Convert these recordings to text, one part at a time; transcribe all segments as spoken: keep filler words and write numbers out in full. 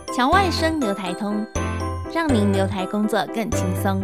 侨外生留台通，让您留台工作更轻松。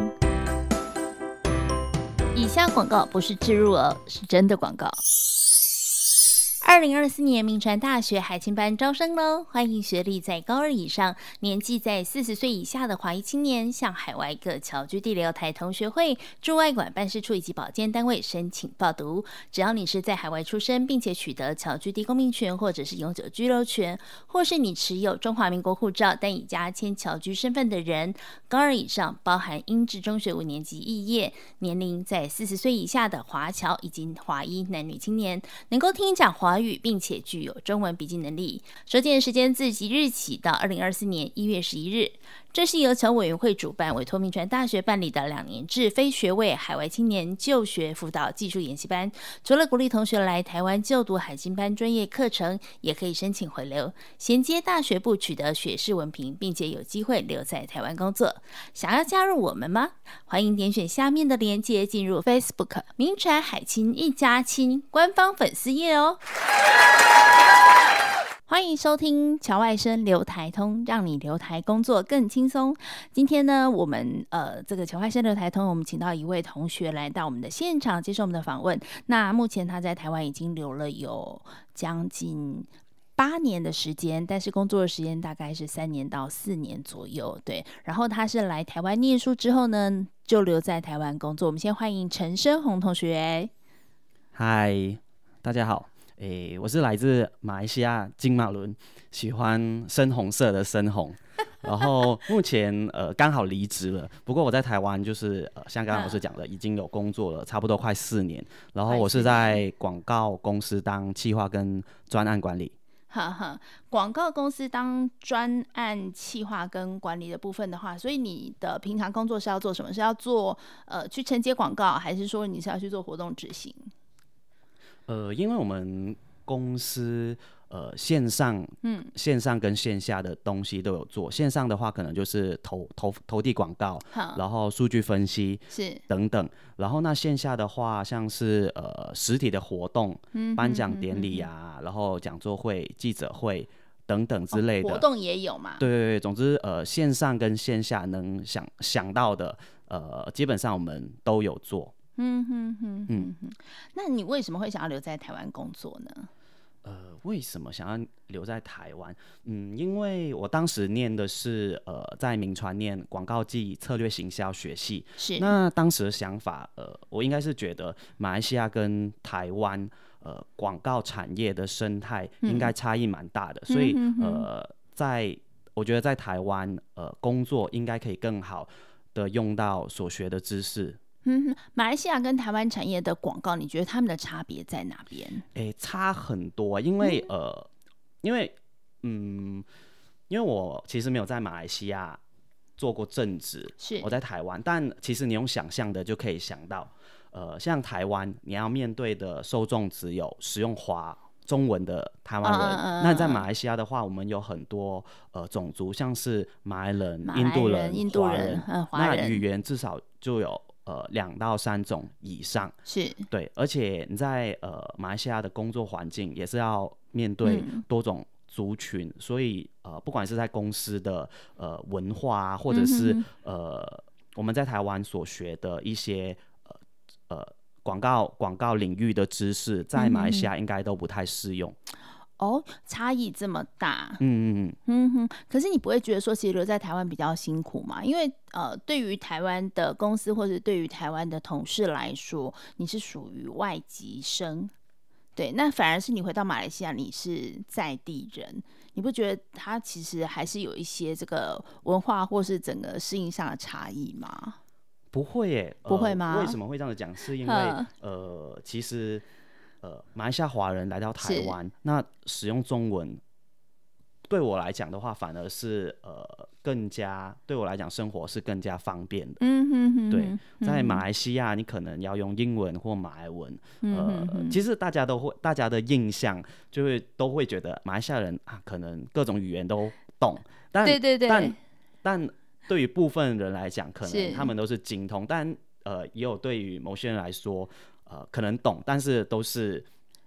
以下广告不是置入哦，是真的广告。二零二四年铭传大学海青班招生喽！欢迎学历在高二以上、年纪在四十岁以下的华裔青年，向海外各侨居地留台同学会、驻外馆办事处以及保健单位申请报读。只要你是在海外出生，并且取得侨居地公民权或者是永久居留权，或是你持有中华民国护照但已加签侨居身份的人，高二以上包含英制中学五年级肄业，年龄在四十岁以下的华侨以及华裔男女青年，能够听讲华语并且具有中文笔记能力。收件时间自即日起到二零二四年一月十一日。这是由侨委员会主办，委托铭传大学办理的两年制非学位海外青年就学辅导技术研习班。除了鼓励同学来台湾就读海青班专业课程，也可以申请回流，衔接大学部取得学士文凭，并且有机会留在台湾工作。想要加入我们吗？欢迎点选下面的连结进入 Facebook 铭传海青一家亲官方粉丝页哦。欢迎收听侨外生留台通，让你留台工作更轻松。今天呢，我们呃这个侨外生留台通，我们请到一位同学来到我们的现场接受我们的访问。那目前他在台湾已经留了有将近八年的时间，但是工作的时间大概是三年到四年左右。对，然后他是来台湾念书之后呢，就留在台湾工作。我们先欢迎陈升宏同学。 嗨，大家好。诶，我是来自马来西亚金马伦，喜欢深红色的深红，然后目前呃刚好离职了，不过我在台湾就是呃像刚刚老师讲的，已经有工作了差不多快四年，然后我是在广告公司当企划跟专案管理。 哈哈，广告公司当专案企划跟管理的部分的话，所以你的平常工作是要做什么？是要做呃去承接广告，还是说你是要去做活动执行？ 呃，因为我们公司呃线上，嗯，线上跟线下的东西都有做。线上的话，可能就是投投投递广告，然后数据分析是等等。然后那线下的话，像是呃实体的活动，颁奖典礼啊，然后讲座会、记者会等等之类的、哦、 活动也有嘛？ 对对对，总之呃线上跟线下能想想到的，呃基本上我们都有做。 嗯哼哼哼哼，那你为什么会想要留在台湾工作呢？ 呃，为什么想要留在台湾？嗯，因为我当时念的是呃，在铭传念广告暨策略行销学系。是。那当时的想法，呃，我应该是觉得马来西亚跟台湾呃广告产业的生态应该差异蛮大的，嗯、所以呃，在我觉得在台湾呃工作应该可以更好的用到所学的知识。 嗯，马来西亚跟台湾产业的广告，你觉得他们的差别在哪边？ 诶，差很多，因为、嗯、呃，因为嗯，因为我其实没有在马来西亚做过正职，是我在台湾，但其实你用想象的就可以想到，呃，像台湾你要面对的受众只有使用华中文的台湾人，嗯嗯嗯，那在马来西亚的话，我们有很多呃种族，像是马来人、 马来人印度人、 印度人、嗯、华人， 那语言至少就有。呃，两到三种以上是对， 而且你在呃马来西亚的工作环境也是要面对多种族群，嗯、所以呃，不管是在公司的呃文化啊，或者是、嗯、呃我们在台湾所学的一些呃呃广告广告领域的知识，在马来西亚应该都不太适用。 哦，差异这么大， 嗯嗯嗯哼。可是你不会觉得说，其实留在台湾比较辛苦嘛？因为呃，对于台湾的公司或者对于台湾的同事来说，你是属于外籍生，对，那反而是你回到马来西亚，你是在地人，你不觉得它其实还是有一些这个文化或是整个适应上的差异吗？ 不会耶， 不会吗？ 呃、为什么会这样讲？是因为呃，其实。呃，马来西亚华人来到台湾，那使用中文对我来讲的话，反而是呃更加对我来讲生活是更加方便的。 嗯哼哼， 对，在马来西亚你可能要用英文或马来文， 嗯、 呃，其实大家都会，大家的印象就会都会觉得马来西亚人啊，可能各种语言都懂，但对对对， 但但对于部分人来讲，可能他们都是精通，但呃，也有对于某些人来说。呃，可能懂，但是都是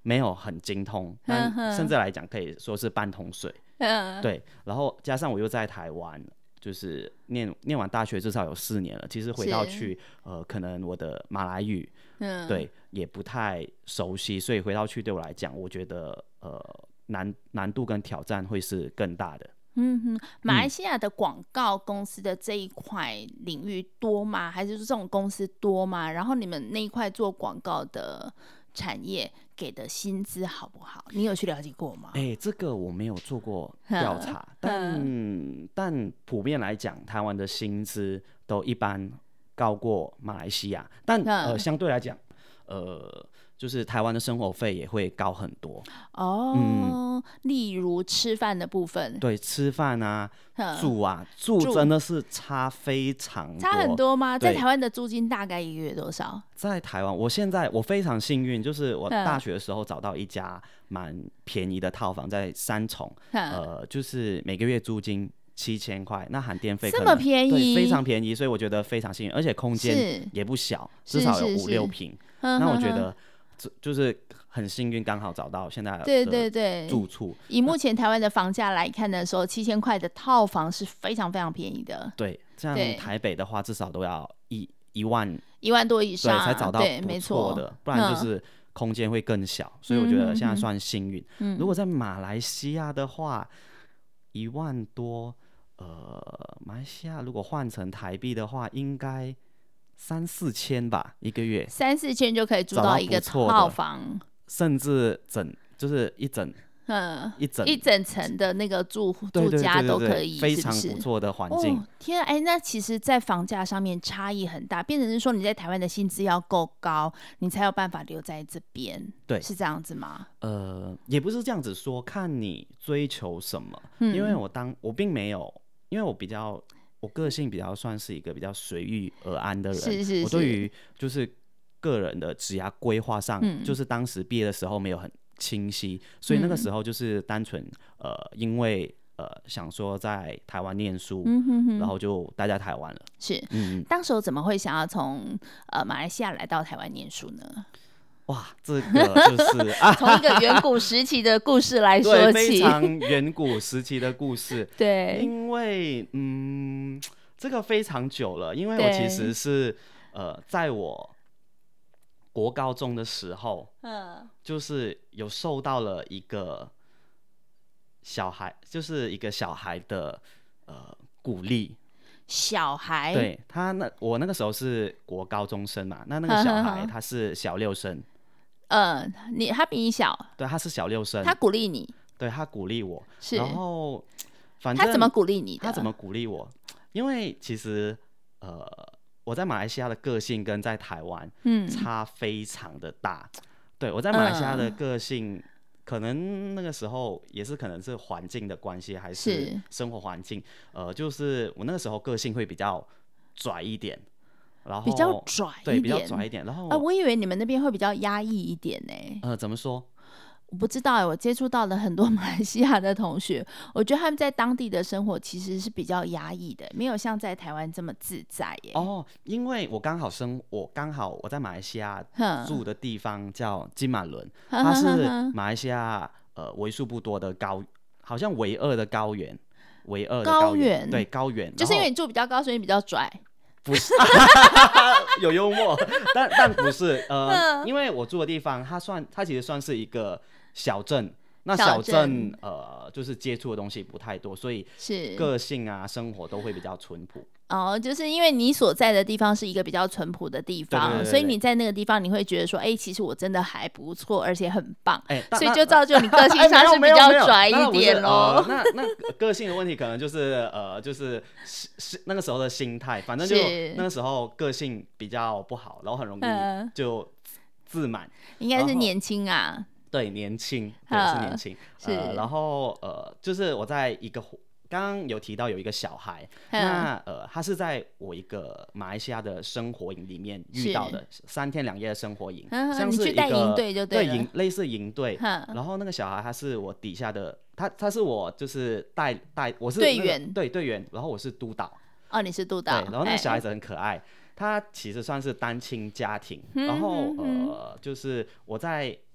没有很精通，但甚至来讲可以说是半桶水。对，然后加上我又在台湾，就是念念完大学至少有四年了，其实回到去，呃，可能我的马来语，嗯，对，也不太熟悉，所以回到去对我来讲，我觉得呃难难度跟挑战会是更大的。 嗯哼，马来西亚的广告公司的这一块领域多吗？还是说这种公司多吗？然后你们那一块做广告的产业给的薪资好不好？你有去了解过吗？ 哎、欸，这个我没有做过调查，但但普遍来讲，台湾的薪资都一般高过马来西亚，但呃相对来讲，呃。就是台湾的生活费也会高很多哦、嗯，例如吃饭的部分， 对，吃饭啊、住啊，住真的是差非常多， 差很多吗？在台湾的租金大概一个月多少？ 在台湾，我现在我非常幸运，就是我大学的时候找到一家蛮便宜的套房，在三重，呃，就是每个月租金七千块，那含电费这么便宜， 对，非常便宜，所以我觉得非常幸运，而且空间也不小，至少有五六坪，那我觉得。就是很幸运，刚好找到现在的住处。 以目前台湾的房价来看的时候，七千块的套房是非常非常便宜的。 对，像台北的话，至少都要一一万一万多以上， 对，才找到不错的，不然就是空间会更小。所以我觉得现在算幸运。嗯、如果在马来西亚的话，一万多，呃，马来西亚如果换成台币的话，应该。三四千吧，一个月三四千就可以住到一个套房， 甚至整就是一整，嗯，一整一整层的那个住住家都可以， 非常不错的环境。 哦、天啊，哎，那其实，在房价上面差异很大，变成是说你在台湾的薪资要够高，你才有办法留在这边， 对， 是这样子吗？ 呃，也不是这样子说，看你追求什么。嗯、因为我当我并没有，因为我比较。我个性比较算是一个比较随遇而安的人， 是是是， 我对于就是个人的职业规划上、嗯，就是当时毕业的时候没有很清晰，所以那个时候就是单纯呃，因为呃想说在台湾念书、嗯哼哼，然后就待在台湾了。 是，嗯，当时怎么会想要从呃马来西亚来到台湾念书呢？ 哇，这个就是啊， 从一个远古时期的故事来说起， 对，非常远古时期的故事。 对， 因为嗯，这个非常久了，因为我其实是呃，在我国高中的时候，嗯，就是有受到了一个小孩，就是一个小孩的呃鼓励。 小孩， 对他那我那个时候是国高中生嘛，那那个小孩他是小六生。 嗯、呃，你他比你小， 对，他是小六生， 他鼓励你， 对他鼓励我，然后反正他怎么鼓励你的？ 他怎么鼓励我？因为其实呃，我在马来西亚的个性跟在台湾嗯差非常的大。嗯、对我在马来西亚的个性、嗯，可能那个时候也是可能是环境的关系，还是生活环境，呃，就是我那个时候个性会比较拽一点。然后比较拽一点， 对，比较拽一点。然后啊，我以为你们那边会比较压抑一点呢。 呃，怎么说？ 我不知道哎，我接触到了很多马来西亚的同学，我觉得他们在当地的生活其实是比较压抑的，没有像在台湾这么自在耶。 哦，因为我刚好生，我刚好我在马来西亚住的地方叫金马伦，它是马来西亚呃为数不多的高，好像唯二的高原，唯二的高原，对，高原， 就是因为你住比较高，所以你比较拽。 不是有幽默，但但不是呃，因为我住的地方，它算它其实算是一个小镇，那小镇呃就是接触的东西不太多，所以是个性啊生活都会比较淳朴。 哦，就是因为你所在的地方是一个比较淳朴的地方，对对对对，所以你在那个地方你会觉得说，哎、欸，其实我真的还不错，而且很棒，欸、所以就造就你个性上是比较拽一点咯。 那那个性的问题可能就是呃，就是是那个时候的心态，反正就那个时候个性比较不好，然后很容易就自满， 应该是年轻啊， 对，年轻，对，是年轻，是、呃，然后呃，就是我在一个。刚刚有提到有一个小孩，那呃，他是在我一个马来西亚的生活营里面遇到的，三天两夜的生活营，像是一个营队就对了， 对营类似营队。然后那个小孩他是我底下的，他他是我就是带带我是、那個、 队员， 对队员，然后我是督导。 哦，你是督导。 对，然后那个小孩子很可爱，他其实算是单亲家庭，然后呃，就是我在。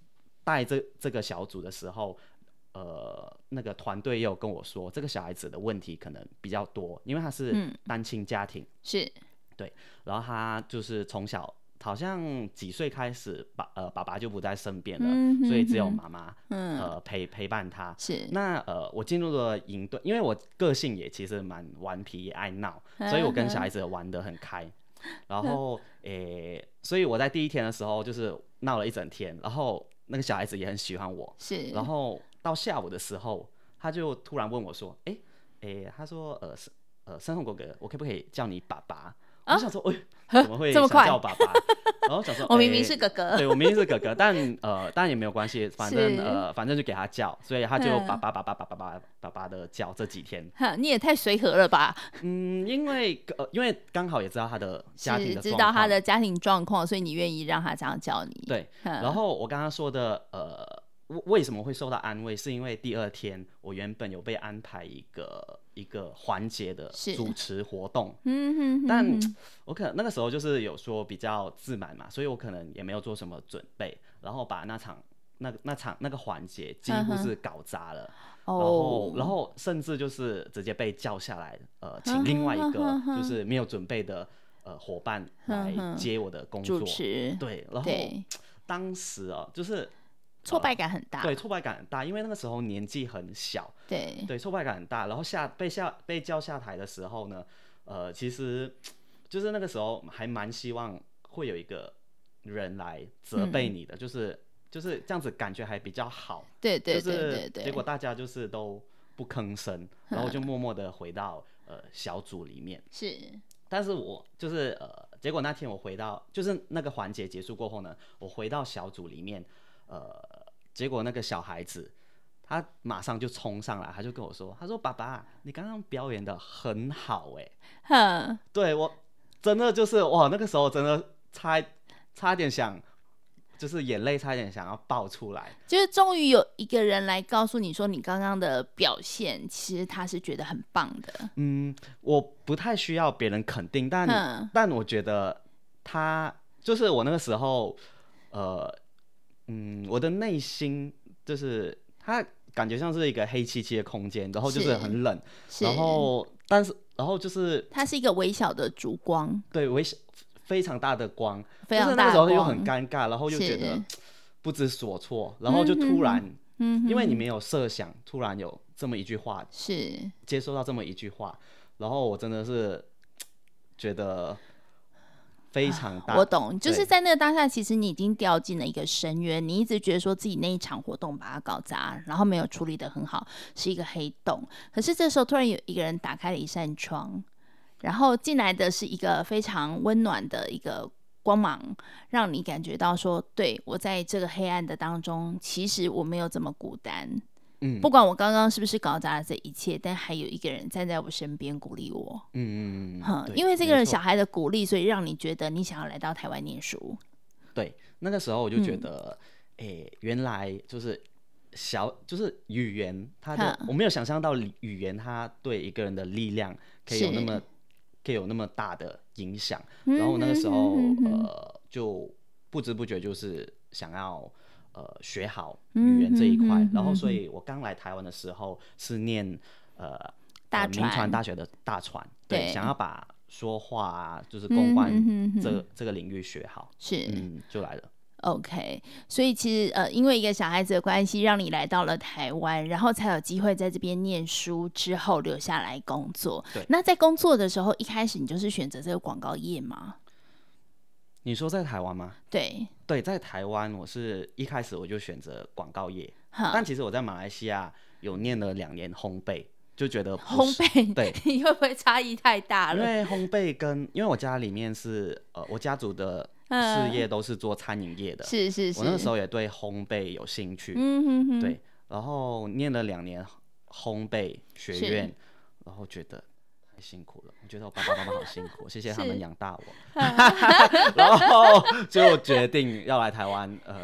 带这这个小组的时候，呃，那个团队也有跟我说，这个小孩子的问题可能比较多，因为他是单亲家庭，嗯、 是， 对，然后他就是从小好像几岁开始，爸呃爸爸就不在身边了，嗯、哼哼所以只有妈妈、嗯、呃陪陪伴他。是，那呃我进入了营队，因为我个性也其实蛮顽皮也爱闹，所以我跟小孩子玩得很开。然后诶，所以我在第一天的时候就是闹了一整天，然后那个小孩子也很喜欢我。是，然后到下午的时候，他就突然问我说：“哎、欸、哎、欸，他说呃呃，申宏哥哥，我可不可以叫你爸爸？”啊、我想说，哎、欸，怎么会想叫爸爸？然后想说， 我明明是哥哥， 欸、对我明明是哥哥，但呃，当然也没有关系，反正呃，反正就给他叫，所以他就爸爸爸爸爸爸爸爸爸的叫这几天。 你也太随和了吧？ 嗯，因为呃，因为刚好也知道他的家庭的状况， 知道他的家庭状况，所以你愿意让他这样叫你。 对，然后我刚刚说的呃。为什么会受到安慰？是因为第二天我原本有被安排一个一个环节的主持活动，嗯哼哼，但我可能那个时候就是有说比较自满嘛，所以我可能也没有做什么准备，然后把那场那那场那个环节几乎是搞砸了，嗯、然后、哦、然后甚至就是直接被叫下来，呃，请另外一个就是没有准备的呃伙伴来接我的工作， 主持， 对，然后当时哦、喔、就是。 挫败感很大、 呃，对，挫败感很大，因为那个时候年纪很小， 对， 对，挫败感很大。然后下被下被叫下台的时候呢，呃，其实就是那个时候还蛮希望会有一个人来责备你的，嗯、就是就是这样子，感觉还比较好。 对对对对对。 就是结果大家就是都不吭声，然后就默默的回到呃小组里面。是，但是我就是呃，结果那天我回到，就是那个环节结束过后呢，我回到小组里面。呃，结果那个小孩子，他马上就冲上来，他就跟我说：“他说爸爸，你刚刚表演的很好哎。”哼，对我真的就是哇，那个时候真的差差点想，就是眼泪差点想要爆出来。 就是终于有一个人来告诉你说，你刚刚的表现其实他是觉得很棒的。 嗯，我不太需要别人肯定，但但我觉得他就是我那个时候，呃。嗯，我的内心就是它感觉像是一个黑漆漆的空间，然后就是很冷，然后但是然后就是它是一个微小的烛光， 对，微小非常大的光， 非常大的光，就是那个时候又很尴尬，然后又觉得不知所措，然后就突然，嗯，因为你没有设想，突然有这么一句话， 是接收到这么一句话，然后我真的是觉得。非常大， 我懂，就是在那个当下，其实你已经掉进了一个深渊，你一直觉得说自己那一场活动把它搞砸，然后没有处理得很好，是一个黑洞。可是这时候突然有一个人打开了一扇窗，然后进来的是一个非常温暖的一个光芒，让你感觉到说，对，我在这个黑暗的当中，其实我没有这么孤单。嗯，不管我刚刚是不是搞砸了这一切，但还有一个人站在我身边鼓励我。嗯嗯嗯，因为这个人小孩的鼓励，所以让你觉得你想要来到台湾念书。 对，那个时候我就觉得，哎、嗯欸，原来就是小，就是语言，它的我没有想象到语言它对一个人的力量可以有那么可以有那么大的影响。然后那个时候，呃，就不知不觉就是想要。呃，学好语言这一块、嗯，然后所以我刚来台湾的时候是念呃大传、呃、民传大学的大传，对，想要把说话啊，就是公关这、嗯、哼哼哼这个领域学好， 是， 嗯，就来了。 OK， 所以其实呃，因为一个小孩子的关系，让你来到了台湾，然后才有机会在这边念书，之后留下来工作。 对， 那在工作的时候，一开始你就是选择这个广告业吗？ 你说在台湾吗？ 对对，在台湾，我是一开始我就选择广告业，但其实我在马来西亚有念了两年烘焙，就觉得烘焙对， 你会不会差异太大了？ 因为烘焙跟因为我家里面是呃，我家族的事业都是做餐饮业的， 是是是， 我那个时候也对烘焙有兴趣，嗯哼哼，对，然后念了两年烘焙学院，然后觉得。太辛苦了，我觉得我爸爸妈妈好辛苦，谢谢他们养大我，然后就决定要来台湾，呃，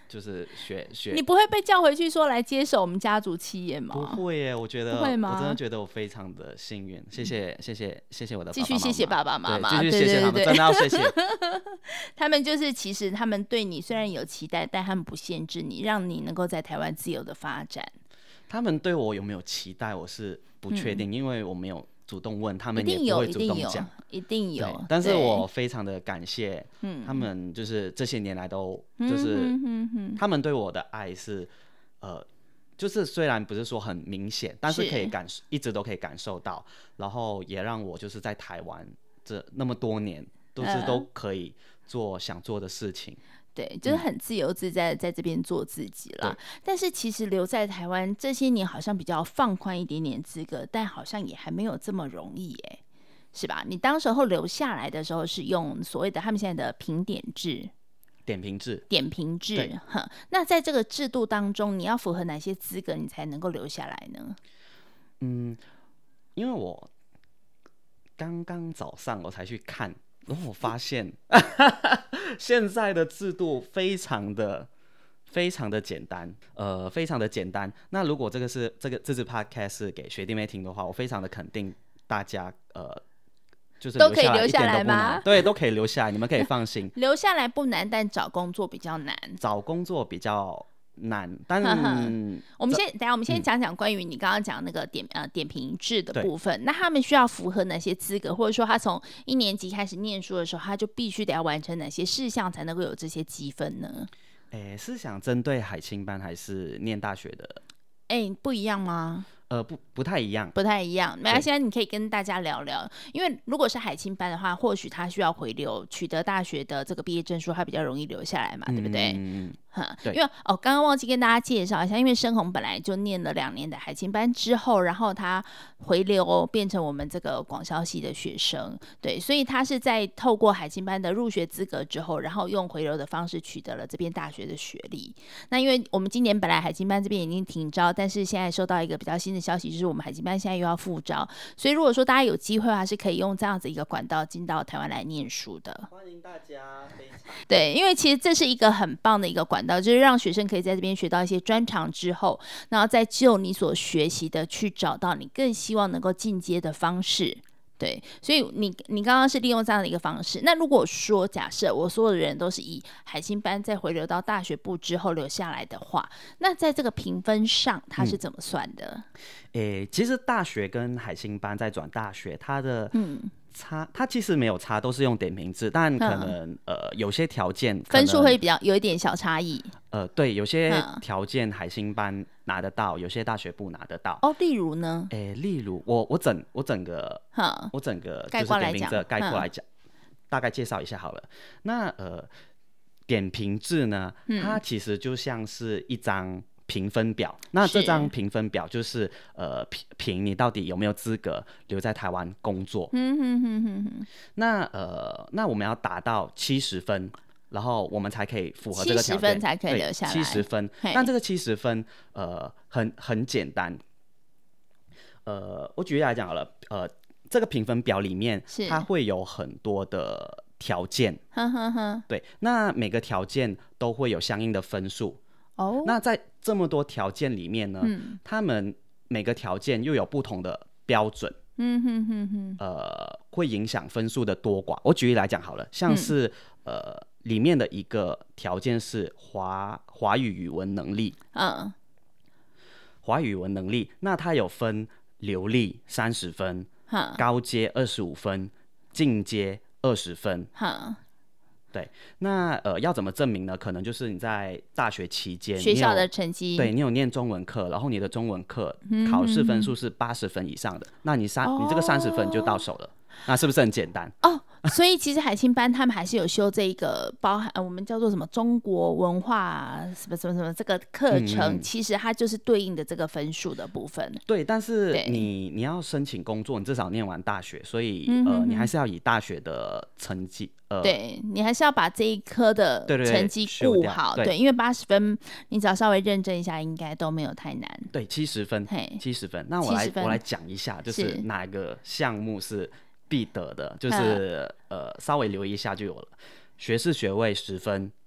就是学学。 你不会被叫回去说来接手我们家族企业吗？ 不会耶，我觉得不会吗？ 我真的觉得我非常的幸运，谢谢谢谢谢谢我的爸爸妈妈， 继续谢谢爸爸妈妈， 继续谢谢他们， 对对对对， 真的要谢谢。 他们就是其实他们对你虽然有期待，但他们不限制你，让你能够在台湾自由的发展。 他们对我有没有期待，我是不确定，嗯、因为我没有主动问，他们也不会主动讲， 一定有。一定有， 但是我非常的感谢，他们就是这些年来都就是、嗯、他们对我的爱是，呃，就是虽然不是说很明显，但是可以感一直都可以感受到，然后也让我就是在台湾这那么多年，都是都可以做想做的事情。 对，就是很自由自在的在这边做自己啦、嗯。但是其实留在台湾这些年好像比较放宽一点点资格，但好像也还没有这么容易耶，是吧？你当时候留下来的时候是用所谓的他们现在的评点制、 点评制、 点评制。那在这个制度当中，你要符合哪些资格，你才能够留下来呢？ 嗯，因为我刚刚早上我才去看。然后我发现现在的制度非常的非常的简单，呃，非常的简单。那如果这个是这个这支 podcast 是给学弟妹听的话，我非常的肯定大家呃，就是都可以留下来吗？ 对，都可以留下来，你们可以放心。 留下来不难，但找工作比较难。 找工作比较难，但我们先等一下，我们先讲讲关于你刚刚讲那个点、嗯、呃点评制的部分。那他们需要符合哪些资格，或者说他从一年级开始念书的时候，他就必须得要完成哪些事项才能够有这些积分呢？ 诶，是想针对海青班还是念大学的？ 诶，不一样吗？ 呃，不，不太一样， 不太一样。没关系，你可以跟大家聊聊。因为如果是海青班的话，或许他需要回流，取得大学的这个毕业证书，他比较容易留下来嘛，嗯、对不对？嗯嗯。因为哦，刚刚忘记跟大家介绍一下，因为申宏本来就念了两年的海青班之后，然后他回流变成我们这个广校系的学生，对，所以他是在透过海青班的入学资格之后，然后用回流的方式取得了这边大学的学历。那因为我们今年本来海青班这边已经停招，但是现在收到一个比较新的消息，就是我们海青班现在又要复招，所以如果说大家有机会的话，是可以用这样子一个管道进到台湾来念书的。 欢迎大家，非常对，因为其实这是一个很棒的一个管道，就是让学生可以在这边学到一些专长之后，然后再就你所学习的去找到你更希望能够进阶的方式。对，所以你你刚刚是利用这样的一个方式。那如果说假设我所有的人都是以海青班再回流到大学部之后留下来的话，那在这个评分上它是怎么算的？ 嗯诶，其实大学跟海青班再转大学，它的差，它其实没有差，都是用点评制，但可能、嗯、呃有些条件分数会比较有一点小差异。 呃，对，有些条件海青班拿得到，有些大学部拿得到。 哦，例如呢？ 诶，例如我我整我整个我整个就是点评制概括来讲，大概介绍一下好了。那呃，点评制呢，它其实就像是一张评分表，那这张评分表就是呃评你到底有没有资格留在台湾工作。嗯哼哼哼哼。那呃，那我们要达到七十分，然后我们才可以符合这个条件，七十分才可以留下来。 七十分，但这个七十分呃很很简单。呃，我举例来讲好了，呃，这个评分表里面它会有很多的条件，呵呵呵对，那每个条件都会有相应的分数。哦，那在这么多条件里面呢，嗯、他们每个条件又有不同的标准，嗯哼哼哼，呃，会影响分数的多寡。我举例来讲好了，像是、嗯、呃里面的一个条件是华华语语文能力，嗯，华语语文能力，那它有分流利三十分，高阶二十五分，进阶二十分，对，那呃要怎么证明呢？可能就是你在大学期间学校的成绩， 对，你有念中文课，然后你的中文课考试分数是八十分以上的，嗯、那你三、哦、你这个三十分就到手了，那是不是很简单？ 哦，所以其实海青班他们还是有修这个包含、呃、我们叫做什么中国文化什么什么什么这个课程、嗯，其实它就是对应的这个分数的部分。 对，但是你你要申请工作，你至少念完大学，所以、嗯、呃你还是要以大学的成绩。呃、 对，你还是要把这一科的成绩顾好， 对, 对, 对，因为八十分你只要稍微认真一下，应该都没有太难。 对，七十分，七十分。那我来我来讲一下，就是哪一个项目是必得的，就是呃稍微留意一下就有了。学士学位十分，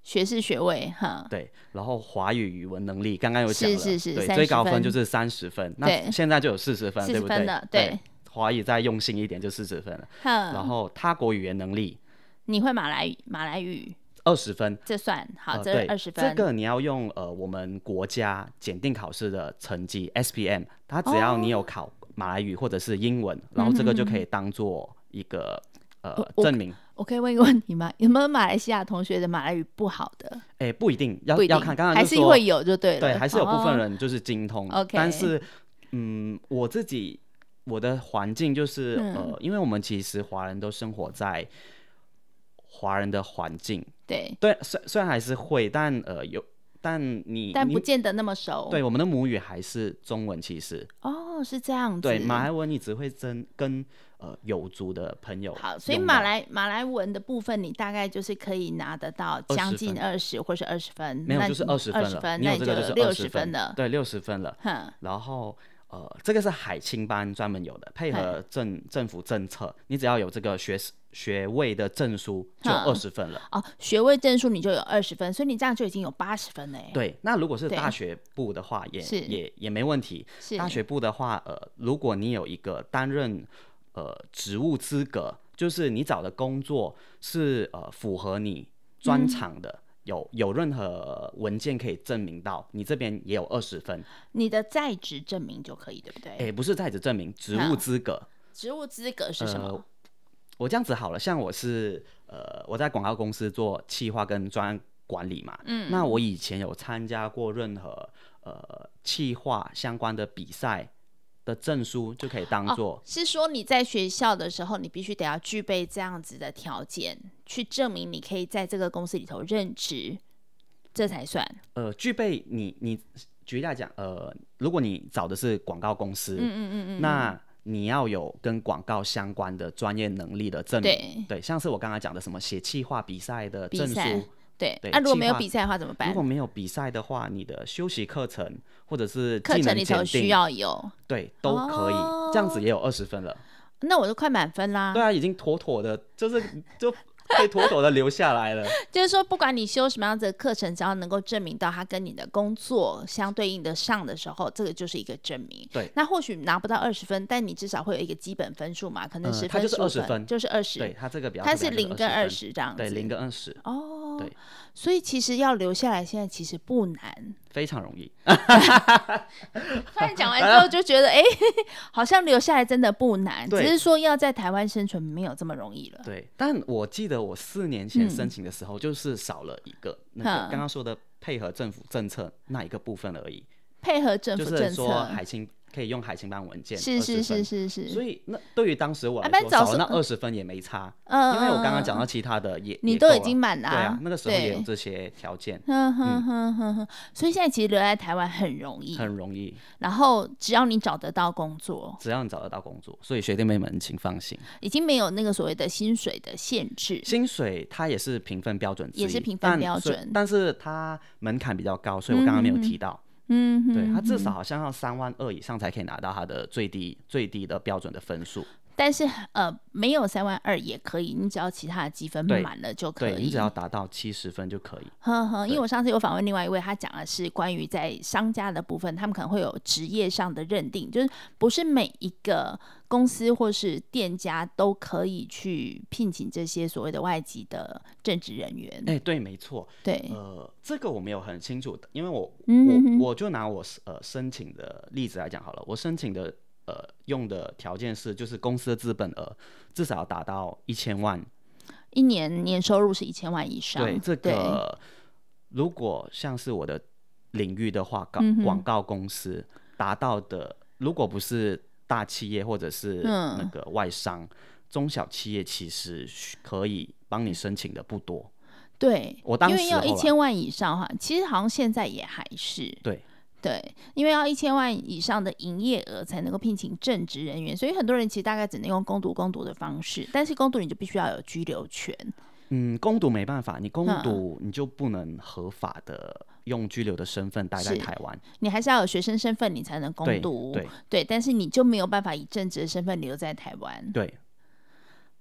学士学位哈。 对，然后华语语文能力刚刚有讲了， 是是是， 对，最高分就是三十分，那现在就有四十分，对不对？ 对， 华语再用心一点就四十分了。然后他国语言能力， 你会马来语，马来语二十分， 这算好， 呃、 这二十分。 这个你要用呃我们国家检定考试的成绩 S P M， 它只要你有考马来语或者是英文，哦、然后这个就可以当做一个、嗯、呃证明。 我可以问一个问题吗？有没有马来西亚同学的马来语不好的？ 哎、欸，不一定，要不一定要看，刚刚还是会有就对了。 对，还是有部分人就是精通。 哦、 但是，嗯，我自己我的环境就是、嗯、呃，因为我们其实华人都生活在华人的环境， 对对，虽虽然还是会，但呃有。但你但不见得那么熟。 对，我们的母语还是中文，其实哦，是这样子。 对，马来文你只会跟跟呃有族的朋友。 好，所以马来马来文的部分，你大概就是可以拿得到将近二十或是二十分。 没有，就是二十分了。 二十分， 你有这个就是六十分了。 对，六十分了。然后呃，这个是海青班专门有的，配合政政府政策，你只要有这个学学位的证书就二十分了。 哦，学位证书你就有二十分，所以你这样就已经有八十分了耶。 对，那如果是大学部的话也，也也也没问题。大学部的话，呃，如果你有一个担任呃职务资格，就是你找的工作是呃符合你专长的。嗯，有有任何文件可以证明到，你这边也有二十分， 你的在职证明就可以，对不对？ 哎、欸，不是在职证明，职务资格。 职务资格是什么？ 呃、我这样子好了，像我是呃我在广告公司做企划跟专案管理嘛，嗯，那我以前有参加过任何呃企划相关的比赛的证书，就可以当做、 哦、是说你在学校的时候，你必须得要具备这样子的条件，去证明你可以在这个公司里头任职，这才算。 呃，具备你你举例来讲，呃，如果你找的是广告公司，嗯嗯嗯嗯，那你要有跟广告相关的专业能力的证明，对，对，像是我刚才讲的什么写企划比赛的证书。 对，那、啊、如果没有比赛的话怎么办？ 如果没有比赛的话，你的休息课程或者是课程里头需要有， 对，都可以，哦、这样子也有二十分了。 那我就快满分啦。 对啊，已经妥妥的，就是就可以妥妥的留下来了。 就是说，不管你修什么样子的课程，只要能够证明到它跟你的工作相对应的上的时候，这个就是一个证明。 对， 那或许拿不到二十分，但你至少会有一个基本分数嘛，可能十分、 嗯、它就是二十分， 就是二十。 对，它这个比较它是零跟二十这样子。 对，零跟二十。 哦， 对， 所以其实要留下来，现在其实不难。 非常容易。 突然讲完之后就觉得，哎、欸，好像留下来真的不难，只是说要在台湾生存没有这么容易了。 对，但我记得我四年前申请的时候，就是少了一个、嗯、那个刚刚说的配合政府政策那一个部分而已。 配合政府政策， 就是说海青可以用海青班文件， 是是是是是。 所以那对于当时我来说，少了那二十分也没差，嗯，因为我刚刚讲到其他的也你都已经满了、啊， 对啊，那个时候也有这些条件， 哼哼哼哼哼。所以现在其实留在台湾很容易， 很容易。 然后只要你找得到工作， 只要你找得到工作，所以学弟妹们请放心， 已经没有那个所谓的薪水的限制。 薪水它也是评分标准之一， 也是评分标准， 但, 但是它门槛比较高，所以我刚刚没有提到。嗯嗯，对，他至少好像要三万二以上才可以拿到他的最低最低的标准的分数。 但是呃，没有三万二也可以，你只要其他的积分满了就可以。 对，你只要达到七十分就可以。 呵呵，因为我上次有访问另外一位，他讲的是关于在商家的部分，他们可能会有职业上的认定，就是不是每一个公司或是店家都可以去聘请这些所谓的外籍的正职人员。 哎、欸，对，没错。 对， 呃，这个我没有很清楚，因为我、 嗯、 我我就拿我呃申请的例子来讲好了，我申请的。呃，用的条件是，就是公司的资本额至少要达到一千万， 一年年收入是一千万以上。 对，这个如果像是我的领域的话，广、 嗯、 广告公司达到的，如果不是大企业或者是那个外商，嗯、中小企业其实可以帮你申请的不多。 对， 我当时因为要一千万以上哈，其实好像现在也还是对。 对，因为要一千万以上的营业额才能够聘请正职人员，所以很多人其实大概只能用工读工读的方式，但是工读你就必须要有居留权。 嗯，工读没办法，你工读你就不能合法的用居留的身份待在台湾， 你还是要有学生身份你才能工读。 对 对, 对，但是你就没有办法以正职的身份留在台湾。 对。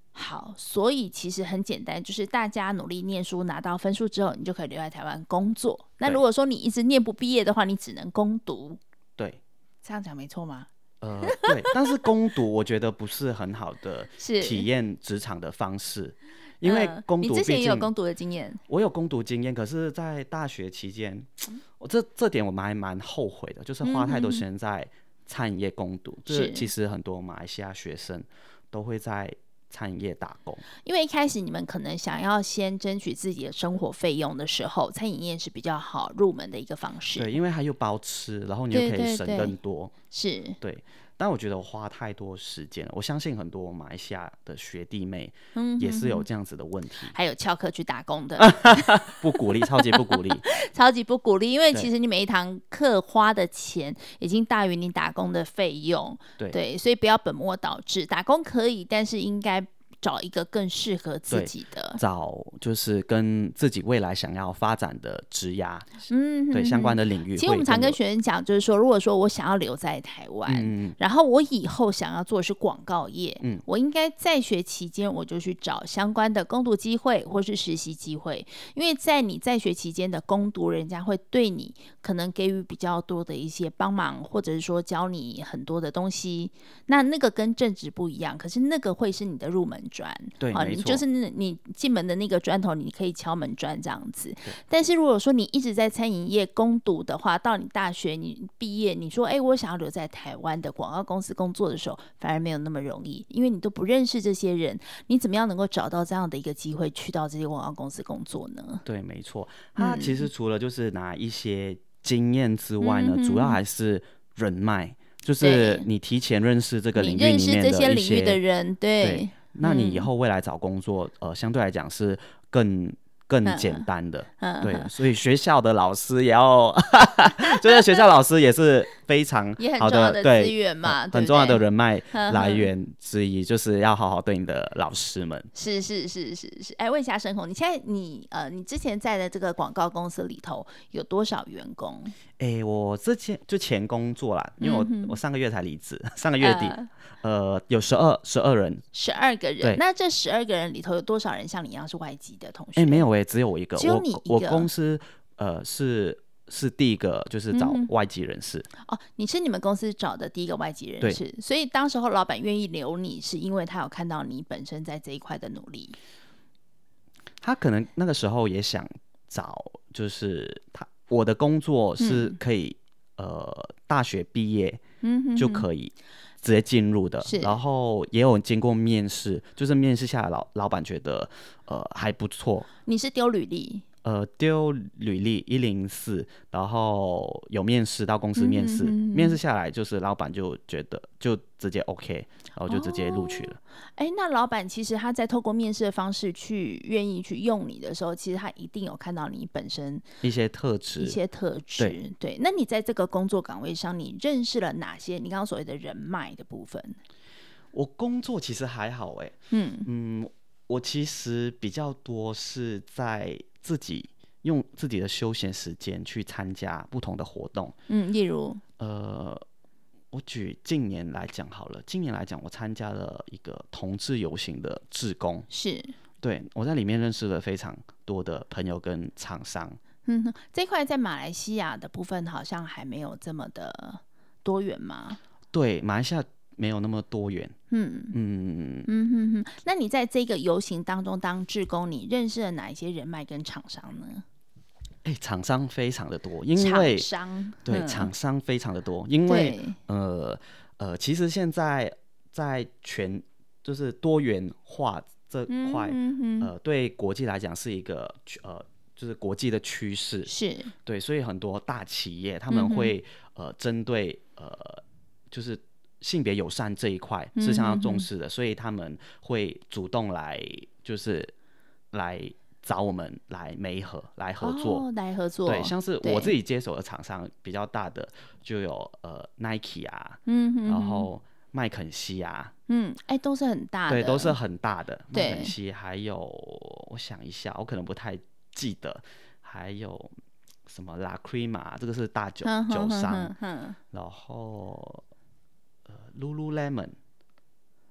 好，所以其实很简单，就是大家努力念书，拿到分数之后，你就可以留在台湾工作。那如果说你一直念不毕业的话，你只能工读。 对， 这样讲没错吗？ 呃，对，但是工读我觉得不是很好的体验职场的方式，因为工读、呃、 你之前也有工读的经验， 我有工读经验，可是，在大学期间，我这这点我们还蛮后悔的，就是花太多时间在餐饮业工读。嗯、这其实很多马来西亚学生都会在餐饮业打工， 因为一开始你们可能想要先争取自己的生活费用的时候，餐饮业是比较好入门的一个方式。 对，因为还有包吃，然后你就可以省更多。对对对， 是， 对。但我觉得我花太多时间了，我相信很多马来西亚的学弟妹也是有这样子的问题。嗯、 还有翘课去打工的， 不鼓励，超级不鼓励， 超级不鼓励，因为其实你每一堂课花的钱已经大于你打工的费用。 对， 对，所以不要本末倒置，打工可以，但是应该找一个更适合自己的， 找就是跟自己未来想要发展的职涯，嗯，对相关的领域。 其实我们常跟学生讲，就是说，如果说我想要留在台湾，嗯、然后我以后想要做的是广告业，嗯，我应该在学期间我就去找相关的工读机会或是实习机会，因为在你在学期间的工读，人家会对你可能给予比较多的一些帮忙，或者是说教你很多的东西。那那个跟正职不一样，可是那个会是你的入门砖， 对， 啊，你就是你进门的那个砖头，你可以敲门砖这样子。但是如果说你一直在餐饮业攻读的话，到你大学你毕业，你说哎、欸，我想要留在台湾的广告公司工作的时候，反而没有那么容易，因为你都不认识这些人，你怎么样能够找到这样的一个机会去到这些广告公司工作呢？ 对，没错。他其实除了就是拿一些经验之外呢，嗯、主要还是人脉。就是你提前认识这个领域里面的一些， 你认识这些领域的人，对， 对，那你以后未来找工作，嗯、呃，相对来讲是更更简单的，嗯、对，所以学校的老师也要，就是学校老师也是非常好的资源嘛， 对，很重要的人脉来源之一，就是要好好对你的老师们。 是是是是是，哎，问一下申宏，你现在你呃，你之前在的这个广告公司里头有多少员工？ 哎，我之前就前工作啦，因为我、嗯、我上个月才离职，上个月底，呃，呃有十二十二人， 十二个人。那这十二个人里头有多少人像你一样是外籍的同学？ 哎，没有哎，只有我一个。 只有你一个。 我, 我公司呃是是第一个就是找外籍人士、 嗯、哦，你是你们公司找的第一个外籍人士，所以当时候老板愿意留你，是因为他有看到你本身在这一块的努力。 他可能那个时候也想找，就是他。我的工作是可以、嗯、呃大学毕业就可以直接进入的、嗯、然后也有经过面试，就是面试下来老老板觉得呃还不错。 你是丢履历？ 呃丢履历一零四，然后有面试到公司面试、嗯、面试下来就是老板就觉得就直接 OK， 然后就直接录取了。 哎、哦，那老板其实他在透过面试的方式去愿意去用你的时候，其实他一定有看到你本身一些特质， 一些特质。对, 对，那你在这个工作岗位上，你认识了哪些？你刚刚所谓的人脉的部分？ 我工作其实还好哎、欸，嗯嗯，我其实比较多是在自己用自己的休闲时间去参加不同的活动， 嗯，例如， 呃，我举近年来讲好了，近年来讲，我参加了一个同志游行的志工， 是， 对，我在里面认识了非常多的朋友跟厂商。 嗯，这块在马来西亚的部分好像还没有这么的多元吗？ 对，马来西亚没有那么多元。嗯嗯嗯哼哼，那你在这个游行当中当志工，你认识了哪一些人脉跟厂商呢？ 哎、欸，厂商非常的多，因为厂商对厂商、嗯、非常的多，因为呃呃，其实现在在全就是多元化这块、嗯，呃，对国际来讲是一个呃，就是国际的趋势， 是对，所以很多大企业他们会、嗯、呃针对呃就是性别友善这一块是相当重视的、嗯，所以他们会主动来就是来找我们来媒合来合作、 哦，来合作。 对，像是我自己接手的厂商比较大的就有呃 Nike 啊，嗯哼哼，然后麦肯锡啊， 嗯，哎、欸，都是很大的， 对，都是很大的。麦肯锡还有我想一下，我可能不太记得，还有什么 La Crema， 这个是大酒哼哼哼酒商，哼哼然后呃 Lululemon。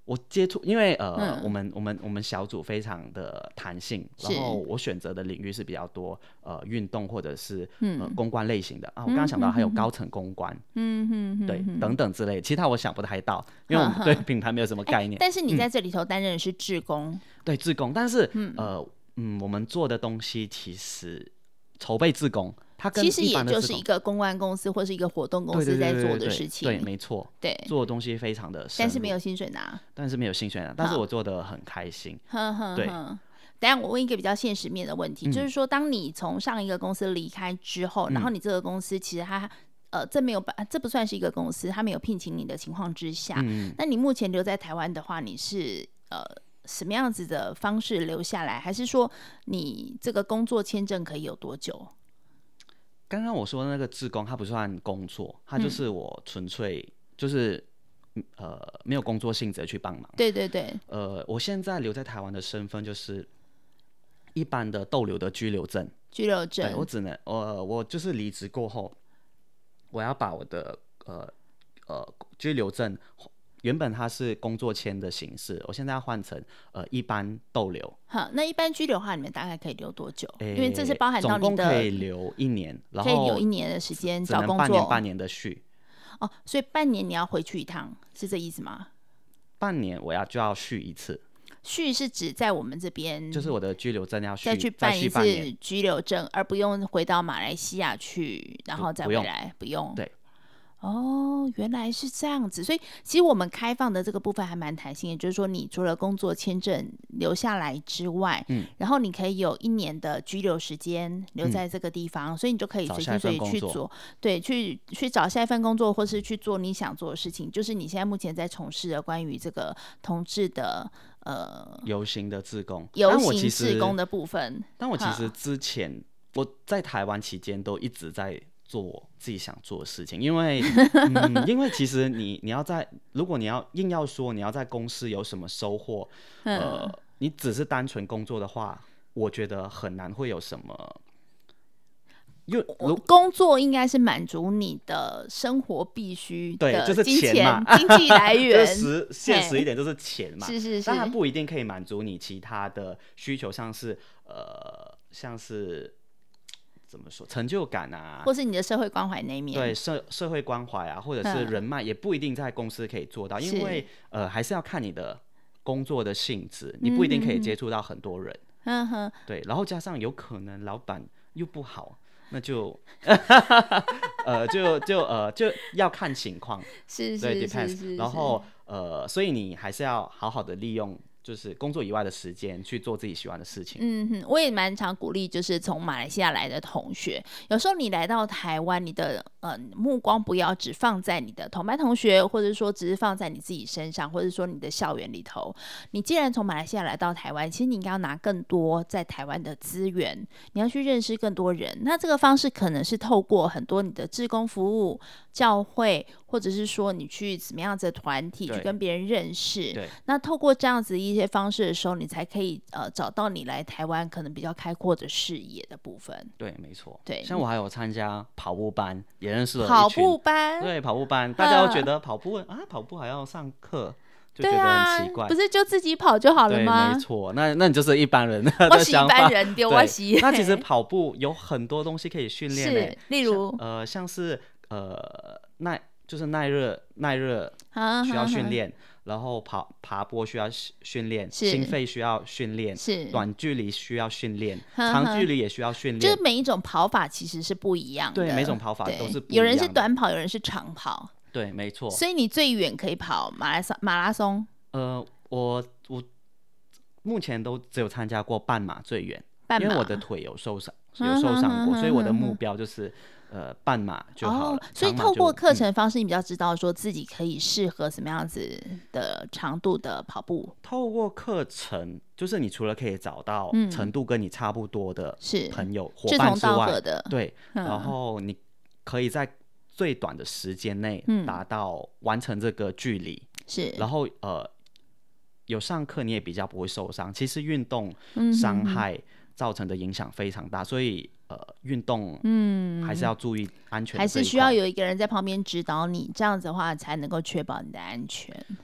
我接触，因为呃， 嗯、 我们我们我们小组非常的弹性，然后我选择的领域是比较多，呃，运动或者是、嗯、呃公关类型的啊。我刚刚想到还有高层公关，嗯嗯对，等等之类的。其他我想不太到，因为我们对品牌没有什么概念。欸、 但是你在这里头担任的是志工，嗯、 对，志工，但是、嗯、呃嗯，我们做的东西其实筹备志工。它跟其实也就是一个公关公司或是一一个活动公司在做的事情， 对，没错，对，做的东西非常的深入， 但是没有薪水拿， 但是没有薪水拿，但是我做的很开心。对， 等一下我问一个比较现实面的问题，嗯、就是说，当你从上一个公司离开之后，嗯、然后你这个公司其实它呃，这没有这不算是一个公司，它没有聘请你的情况之下，嗯、那你目前留在台湾的话，你是呃什么样子的方式留下来，还是说你这个工作签证可以有多久？ 刚刚我说的那个志工，它不算工作，它就是我纯粹就是、嗯、呃没有工作性质去帮忙。 对对对。 呃，我现在留在台湾的身份就是一般的逗留的居留证。 居留证。 对，我只能呃我就是离职过后，我要把我的呃呃居留证。原本它是工作签的形式，我现在要换成呃一般逗留。 好，那一般居留的话，你们大概可以留多久？欸、因为这是包含到你的， 总共可以留一年，然后可以留一年的时间找工作， 半年半年的续。 哦，所以半年你要回去一趟，是这意思吗？ 半年我要就要续一次。 续是指在我们这边， 就是我的居留证要续再去办一次居留证，而不用回到马来西亚去，然后再回来，不用。 对。 哦，原来是这样子，所以其实我们开放的这个部分还蛮弹性的，就是说你除了工作签证留下来之外，嗯，然后你可以有一年的居留时间留在这个地方，嗯、所以你就可以随心随意去做，对，去去找下一份工作，或是去做你想做的事情，就是你现在目前在从事的关于这个同志的呃游行的志工、 游行志工的部分。 但我其实之前我在台湾期间都一直在做自己想做的事情，因为、嗯、因为其实你你要在，如果你要硬要说你要在公司有什么收获，嗯、呃，你只是单纯工作的话，我觉得很难会有什么。因为工作应该是满足你的生活必须的金钱，对，就是钱嘛， 经济来源。 实现实一点就是钱嘛， 是是是， 但它不一定可以满足你其他的需求，像是呃，像是。怎么说成就感啊， 或是你的社会关怀那一面， 对 社, 社会关怀啊，或者是人脉，也不一定在公司可以做到，因为呃还是要看你的工作的性质，你不一定可以接触到很多人，嗯哼，对，然后加上有可能老板又不好，那就呃就就呃就要看情况， 是是对 depends， 是是是， 然后呃所以你还是要好好的利用。就是工作以外的时间去做自己喜欢的事情。 嗯哼，我也蛮常鼓励，就是从马来西亚来的同学，有时候你来到台湾，你的呃目光不要只放在你的同班同学，或者说只是放在你自己身上，或者说你的校园里头。你既然从马来西亚来到台湾，其实你应该要拿更多在台湾的资源，你要去认识更多人。那这个方式可能是透过很多你的志工服务、教会，或者是说你去什么样子的团体去跟别人认识。 对， 那透过这样子一些方式的时候，你才可以呃找到你来台湾可能比较开阔的视野的部分。 对，没错。 对， 像我还有参加跑步班，也认识了一群跑步班。 对，跑步班，大家都觉得跑步啊，跑步还要上课，就觉得很奇怪。 啊、不是就自己跑就好了吗？ 对，没错。那那你就是一般人的想法。 我是一般人，对，我是。 那其实跑步有很多东西可以训练， 是，例如呃，像是呃耐，就是耐热，耐热需要训练。然后跑爬坡需要训练，心肺需要训练，是短距离需要训练，长距离也需要训练。 就是每一种跑法其实是不一样的， 对，每种跑法都是不一样的。 有人是短跑，有人是长跑， 对，没错。 所以你最远可以跑马拉松？马拉松？ 呃，我我目前都只有参加过半马最远，因为我的腿有受伤，有受伤过，所以我的目标就是。呃，半马就好了。哦、 所以透过课程方式，你比较知道说自己可以适合什么样子的长度的跑步。 透过课程，就是你除了可以找到程度跟你差不多的朋友、嗯、伙伴之外， 的对、嗯，然后你可以在最短的时间内达到完成这个距离。是、嗯，然后呃，有上课你也比较不会受伤。其实运动伤害造成的影响非常大，所以。呃，运动，嗯，还是要注意安全， 还是需要有一个人在旁边指导你，这样子的话才能够确保你的安全。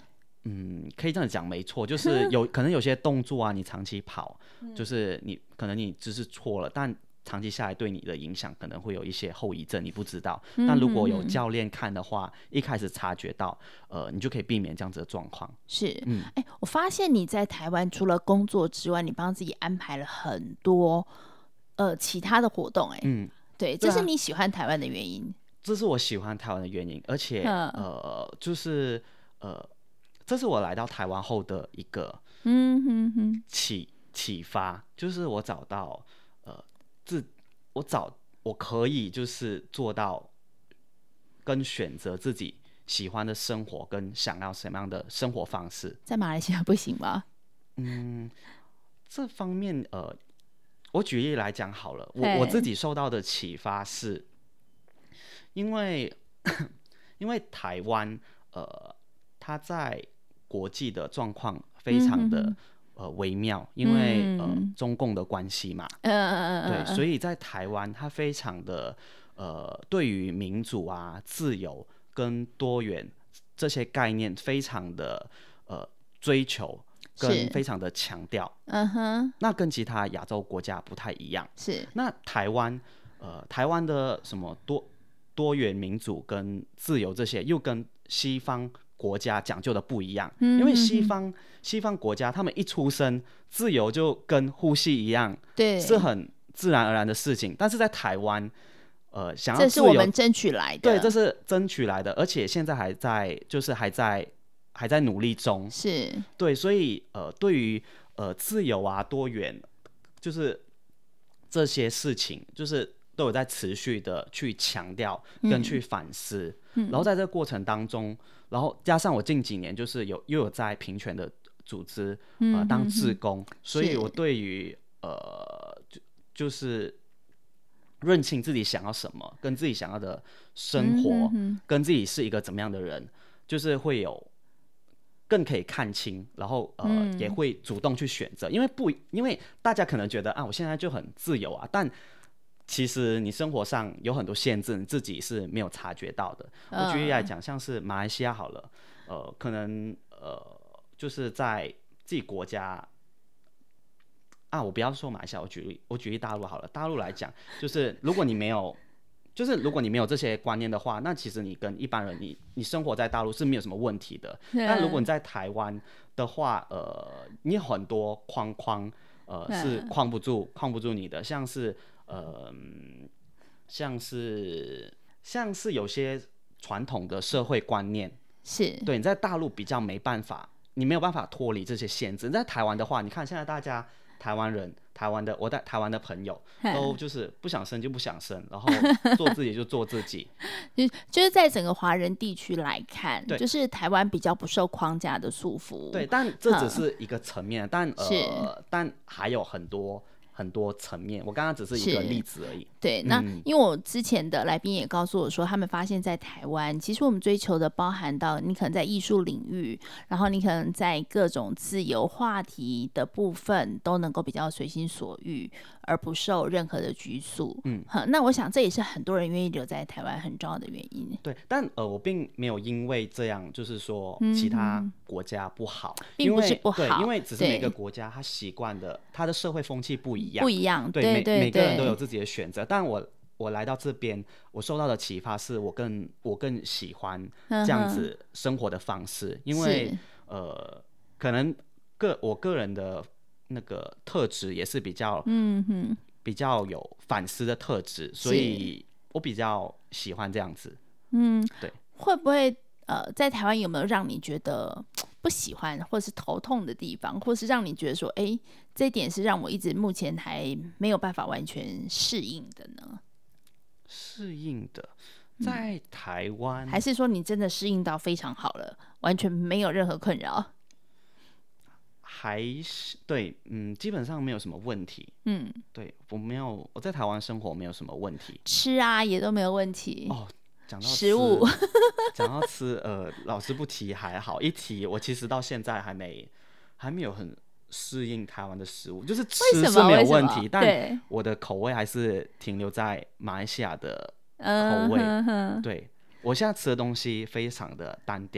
嗯，可以这样讲，没错，就是有可能有些动作啊，你长期跑，就是你可能你姿势错了，但长期下来对你的影响可能会有一些后遗症，你不知道。但如果有教练看的话，一开始察觉到，呃，你就可以避免这样子的状况。 是，嗯，哎，我发现你在台湾除了工作之外，你帮自己安排了很多呃其他的活动，哎，嗯，对，这是你喜欢台湾的原因。 这是我喜欢台湾的原因，而且呃，就是呃，这是我来到台湾后的一个嗯哼哼启启发，就是我找到呃。自我找我可以就是做到跟选择自己喜欢的生活跟想要什么样的生活方式。 在马来西亚不行吗？ 嗯，这方面呃，我举例来讲好了，我我自己受到的启发是，因为因为台湾呃，它在国际的状况非常的、嗯。呃，微妙，因为、嗯、呃中共的关系嘛，嗯嗯嗯，对，所以在台湾，它非常的呃，对于民主啊、自由跟多元这些概念，非常的呃追求，跟非常的强调，嗯哼，那跟其他亚洲国家不太一样，是。那台湾呃，台湾的什么多多元民主跟自由这些，又跟西方国家讲究的不一样，嗯、因为西方西方国家他们一出生自由就跟呼吸一样，对，是很自然而然的事情。但是在台湾，呃，想要自由， 这是我们争取来的， 对，这是争取来的，而且现在还在，就是还在还在努力中， 是对，所以呃，对于呃自由啊、多元，就是这些事情，就是都有在持续的去强调跟去反思，嗯、然后在这个过程当中。然后加上我近几年就是有又有在平权的组织呃当志工，嗯、所以我对于呃就就是认清自己想要什么，跟自己想要的生活，嗯、哼哼跟自己是一个怎么样的人，就是会有更可以看清，然后呃、嗯、也会主动去选择，因为不因为大家可能觉得啊我现在就很自由啊，但其实你生活上有很多限制，你自己是没有察觉到的。我举例来讲，像是马来西亚好了，呃，可能呃，就是在自己国家啊，我不要说马来西亚，我举例，我举例大陆好了。大陆来讲，就是如果你没有，就是如果你没有这些观念的话，那其实你跟一般人，你你生活在大陆是没有什么问题的。但如果你在台湾的话，呃，你有很多框框，呃，是框不住、框不住你的，像是。呃，像是像是有些传统的社会观念，是对你在大陆比较没办法，你没有办法脱离这些限制。你在台湾的话，你看现在大家台湾人、台湾的我在台湾的朋友都就是不想生就不想生，然后做自己就做自己。 就就是在整个华人地区来看，就是台湾比较不受框架的束缚。 对，但这只是一个层面，但呃，但还有很多。很多层面，我刚刚只是一个例子而已。 对，那、嗯、因为我之前的来宾也告诉我说，他们发现在台湾，其实我们追求的包含到你可能在艺术领域，然后你可能在各种自由话题的部分都能够比较随心所欲，而不受任何的拘束。嗯，那我想这也是很多人愿意留在台湾很重要的原因。 对，但呃，我并没有因为这样就是说其他国家不好，嗯、 并不是不好， 对，因为只是每个国家他习惯的，他的社会风气不一样。 不一样， 对， 对对每每个人都有自己的选择。但我我来到这边，我受到的启发是我更我更喜欢这样子生活的方式，因为呃，可能个我个人的那个特质也是比较嗯哼比较有反思的特质，所以我比较喜欢这样子。嗯，对， 会不会呃，在台湾有没有让你觉得不喜欢或是头痛的地方，或是让你觉得说哎，这一点是让我一直目前还没有办法完全适应的呢？ 适应的在台湾、 嗯、还是说你真的适应到非常好了，完全没有任何困扰？ 还是对，嗯，基本上没有什么问题。嗯，对，我没有，我在台湾生活没有什么问题， 吃啊也都没有问题。 哦，讲到食物， 讲到吃，呃，老师不提还好，一提我其实到现在还没还没有很适应台湾的食物，就是吃是没有问题，但我的口味还是停留在马来西亚的口味。嗯、对，我现在吃的东西非常的单调。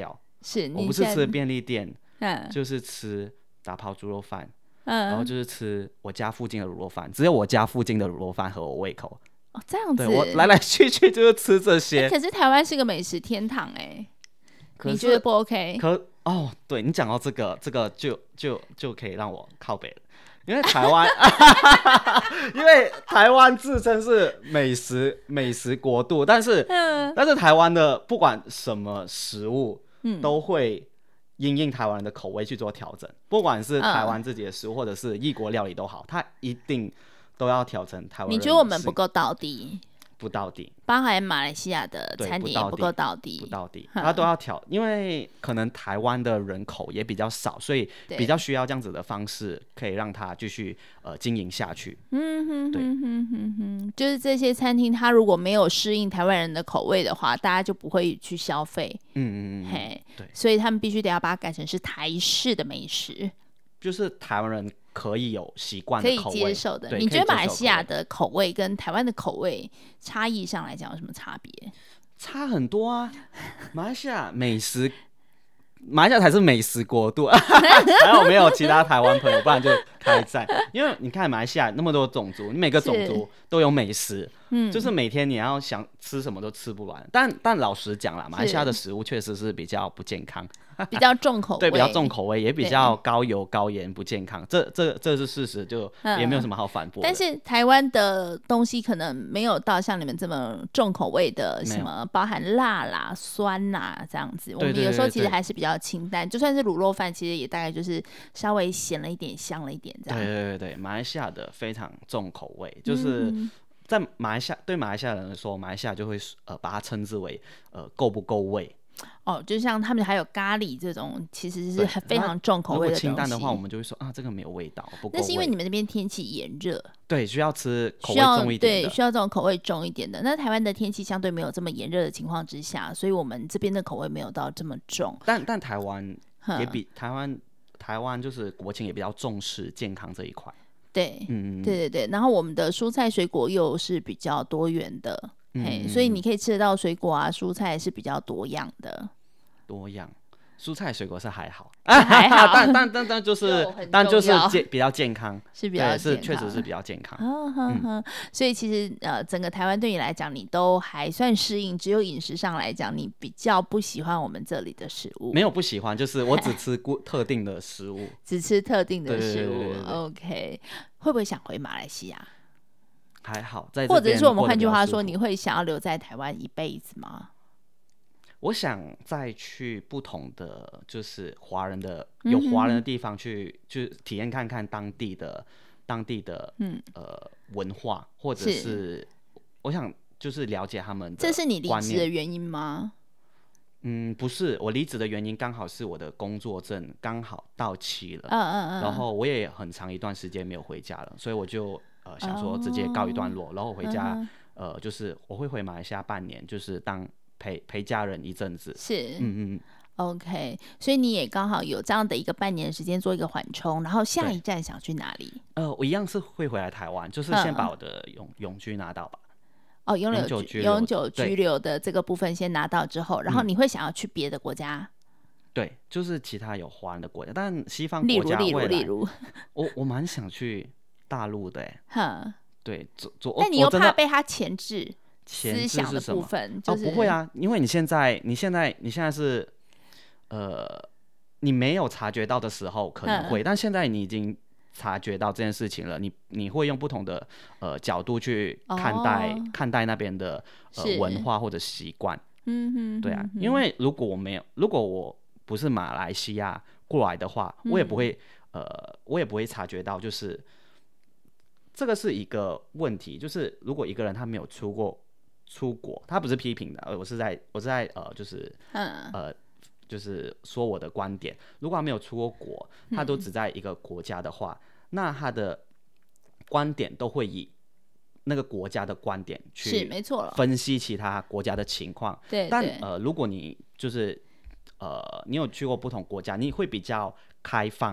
是我不是吃便利店，嗯，就是吃打抛猪肉饭，嗯，然后就是吃我家附近的卤肉饭，只有我家附近的卤肉饭合我胃口。 哦，这样子， 对，我来来去去就是吃这些。 欸、可是台湾是个美食天堂哎、欸，你觉得不 OK？ 可哦，对你讲到这个，这个就就就可以让我靠北了。因为台湾，因为台湾自称是美食美食国度，但是、嗯、但是台湾的不管什么食物，嗯、都会因应台湾人的口味去做调整，不管是台湾自己的食物、嗯、或者是异国料理都好，它一定都要调成台湾人。 你觉得我们不够道地？ 不到底， 包含马来西亚的餐点也不够到底， 不到底，它都要调，因为可能台湾的人口也比较少，所以比较需要这样子的方式，可以让它继续呃经营下去。 嗯哼哼哼哼哼，就是这些餐厅，它如果没有适应台湾人的口味的话，大家就不会去消费。嗯嗯嗯，嘿，对，所以他们必须得要把它改成是台式的美食， 就是台湾人可以有习惯的口味， 可以接受的。你觉得马来西亚的口味跟台湾的口味差异上来讲有什么差别？ 差很多啊！马来西亚美食，马来西亚才是美食国度，还有没有其他台湾朋友？不然就开战。因为你看马来西亚那么多种族，你每个种族都有美食，嗯，就是每天你要想吃什么都吃不完。但但老实讲啦，马来西亚的食物确实是比较不健康。 比较重口味， 对，比较重口味，也比较高油高盐，不健康，这这这是事实，就也没有什么好反驳的、嗯。 但是台湾的东西可能没有到像你们这么重口味的，什么包含辣啦、酸啦这样子。我们有时候其实还是比较清淡，就算是卤肉饭，其实也大概就是稍微咸了一点、香了一点这样。 对对对对，马来西亚的非常重口味，就是在马来西亚，对马来西亚人来说，马来西亚就会呃把它称之为呃够不够味。 哦，就像他们还有咖喱这种，其实是非常重口味的东西。 如果清淡的话，我们就会说啊，这个没有味道，不够味。 那是因为你们那边天气炎热， 对，需要吃口味重一点的， 对，需要这种口味重一点的。那台湾的天气相对没有这么炎热的情况之下，所以我们这边的口味没有到这么重。 但但台湾也比台湾台湾就是国情也比较重视健康这一块。 对，嗯，对对对。然后我们的蔬菜水果又是比较多元的。嗯、所以你可以吃得到水果啊，蔬菜是比较多样的。 多样，蔬菜水果是还好， 还好， 但但但但就是但就是健比较健康， 是比较健康， 是确实是比较健康。 哦嗯嗯、所以其实呃，整个台湾对你来讲，你都还算适应。只有饮食上来讲，你比较不喜欢我们这里的食物。 没有不喜欢，就是我只吃特定的食物， 只吃特定的食物。 对对对对对 OK， 会不会想回马来西亚？ 还好，在这或者是我们换句话说，你会想要留在台湾一辈子吗？ 我想再去不同的就是华人的有华人的地方去，嗯、去体验看看当地的当地的、嗯、呃文化，或者是, 是我想就是了解他们的。 这是你离职的原因吗？ 嗯，不是，我离职的原因刚好是我的工作证刚好到期了，嗯嗯嗯，然后我也很长一段时间没有回家了，所以我就。呃，想说直接告一段落， oh, 然后回家，嗯、呃，就是我会回马来西亚半年，就是当陪陪家人一阵子。 是，嗯嗯 ，OK， 所以你也刚好有这样的一个半年的时间做一个缓冲，然后下一站想去哪里？ 呃，我一样是会回来台湾，就是先把我的永、嗯、永居拿到吧。 哦，永久居永久居留的这个部分先拿到之后，然后你会想要去别的国家？ 对，就是其他有华人的国家，但西方国家未来， 例如例如例如， 我我蛮想去。大陆的哎、欸，对， 但你又怕被他钳制思想的部分，就是、 哦不会啊，因为你现在你现在你现在是呃，你没有察觉到的时候可能会，但现在你已经察觉到这件事情了，你你会用不同的呃角度去看待、哦、看待那边的呃文化或者习惯，嗯哼，对啊，嗯、因为如果我没有，如果我不是马来西亚过来的话，我也不会、嗯、呃，我也不会察觉到就是。这个是一个问题，就是如果一个人他没有出过出国，他不是批评的，我是在我是在呃，就是呃，就是说我的观点。如果他没有出过国，他都只在一个国家的话，嗯、那他的观点都会以那个国家的观点去分析其他国家的情况。 对， 但呃，如果你就是呃，你有去过不同国家，你会比较开放。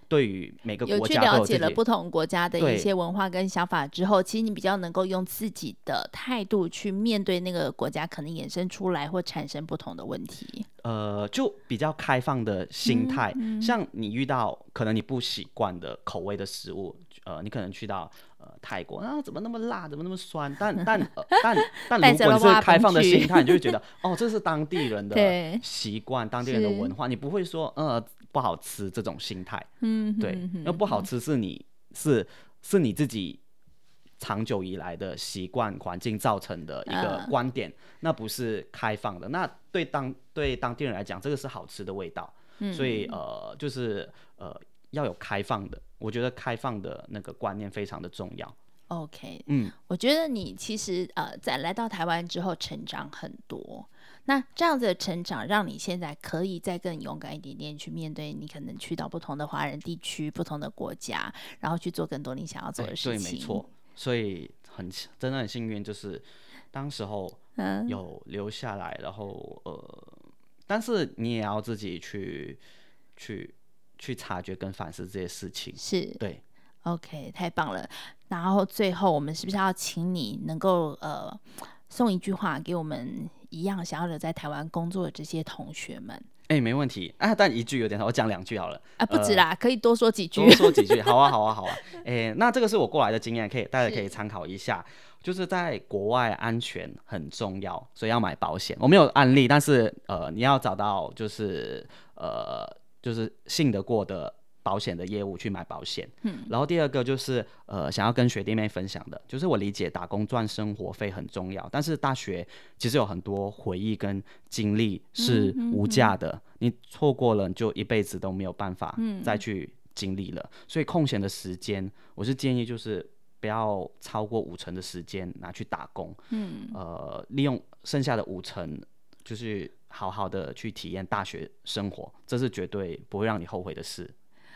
对于每个国家有去了解了不同国家的一些文化跟想法之后，其实你比较能够用自己的态度去面对那个国家可能衍生出来或产生不同的问题。 呃，就比较开放的心态、 嗯嗯、 像你遇到可能你不习惯的口味的食物，呃，你可能去到呃泰国啊，怎么那么辣，怎么那么酸？但但、呃、但但如果你是开放的心态，你就会觉得哦，这是当地人的习惯，当地人的文化，你不会说呃不好吃这种心态。嗯，对，因为不好吃是你是是你自己长久以来的习惯环境造成的一个观点、uh, 那不是开放的。那对当对当地人来讲，这个是好吃的味道，嗯、所以呃就是呃要有开放的，我觉得开放的那个观念非常的重要。 OK， 嗯，我觉得你其实呃在来到台湾之后成长很多，那这样子的成长让你现在可以再更勇敢一点点去面对你可能去到不同的华人地区、不同的国家，然后去做更多你想要做的事情。 对，没错。所以很真的很幸运，就是当时候有留下来，嗯、然后呃，但是你也要自己去去去察觉跟反思这些事情。 是， 对。 OK， 太棒了。然后最后我们是不是要请你能够呃送一句话给我们一样想要留在台湾工作的这些同学们？ 哎、欸，没问题啊，但一句有点少，我讲两句好了。 啊，不止啦、呃，可以多说几句。 多说几句，好啊，好啊，好啊。哎、欸，那这个是我过来的经验，可以大家可以参考一下。就是在国外安全很重要，所以要买保险。我没有案例，但是呃，你要找到就是呃，就是信得过的保险的业务去买保险。嗯。然后第二个就是呃，想要跟学弟妹分享的，就是我理解打工赚生活费很重要，但是大学其实有很多回忆跟经历是无价的，嗯嗯嗯，你错过了，你就一辈子都没有办法再去经历了。嗯、所以空闲的时间，我是建议就是不要超过五成的时间拿去打工。嗯。呃，利用剩下的五成，就是好好的去体验大学生活，这是绝对不会让你后悔的事。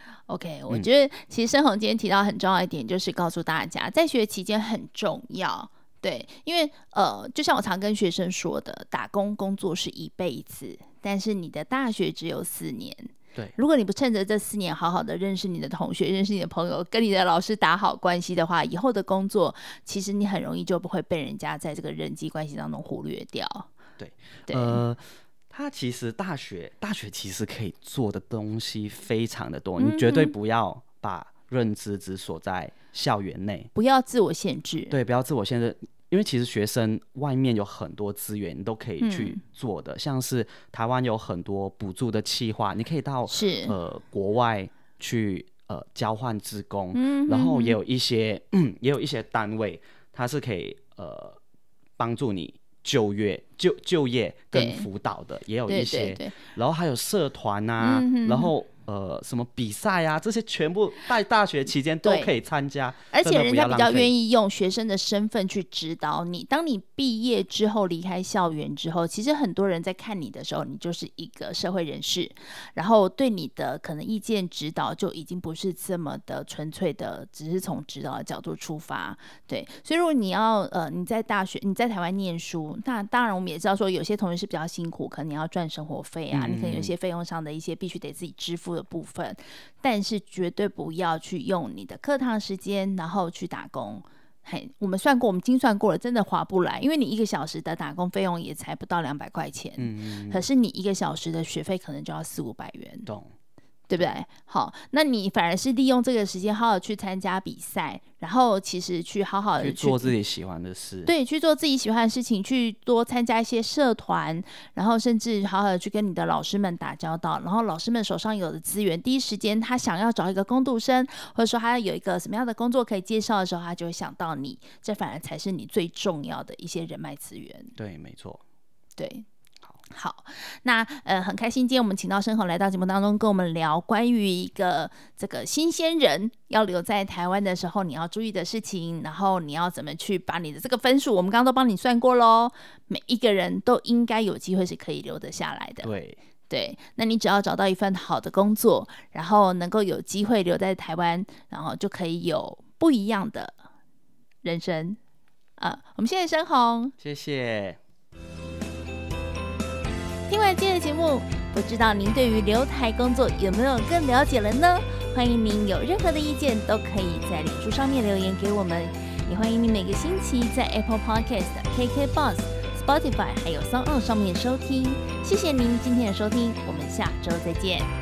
OK， 我觉得其实申宏今天提到很重要一点，就是告诉大家，在学期间很重要。对，因为呃，就像我常跟学生说的，打工工作是一辈子，但是你的大学只有四年。 对， 如果你不趁着这四年好好的认识你的同学、认识你的朋友，跟你的老师打好关系的话，以后的工作其实你很容易就不会被人家在这个人际关系当中忽略掉。 对，对，呃。他其实大学大学其实可以做的东西非常的多，嗯、你绝对不要把认知只锁在校园内， 不要自我限制。对， 不要自我限制，因为其实学生外面有很多资源你都可以去做的，嗯、像是台湾有很多补助的企划，你可以到呃国外去呃交换志工，嗯、然后也有一些、嗯、也有一些单位，它是可以呃帮助你。就业、就就业跟辅导的也有一些， 对对对， 然后还有社团啊，嗯、然后呃什么比赛啊，这些全部在大学期间都可以参加， 而且人家比较愿意用学生的身份去指导你。当你毕业之后离开校园之后，其实很多人在看你的时候，你就是一个社会人士，然后对你的可能意见指导就已经不是这么的纯粹的，只是从指导的角度出发。对，所以如果你要呃你在大学你在台湾念书。那当然我们也知道说有些同学是比较辛苦，可能你要赚生活费啊、嗯、你可能有些费用上的一些必须得自己支付的部分，但是绝对不要去用你的课堂时间然后去打工。嘿，我们算过，我们精算过了，真的划不来，因为你一个小时的打工费用也才不到两百块钱，嗯，可是你一个小时的学费可能就要四五百元， 懂？ 对不对？好，那你反而是利用这个时间好好去参加比赛，然后其实去好好的去做自己喜欢的事， 对，去做自己喜欢的事情，去多参加一些社团，然后甚至好好的去跟你的老师们打交道，然后老师们手上有的资源，第一时间他想要找一个工读生，或者说他有一个什么样的工作可以介绍的时候，他就会想到你，这反而才是你最重要的一些人脉资源。 对，没错。 对。好，那呃很开心今天我们请到申宏来到节目当中跟我们聊关于一个这个新鲜人要留在台湾的时候你要注意的事情，然后你要怎么去把你的这个分数我们刚刚都帮你算过咯，每一个人都应该有机会是可以留得下来的。 对对，那你只要找到一份好的工作，然后能够有机会留在台湾，然后就可以有不一样的人生啊！我们谢谢申宏， 谢谢。 听完今天的节目，不知道您对于留台工作有没有更了解了呢？欢欢迎您有任何的意见都可以在脸书上面留言给我们，也欢迎您每个星期在 Apple Podcast、K K B O X、Spotify 还有 SoundOn 上面收听。谢谢您今天的收听，我们下周再见。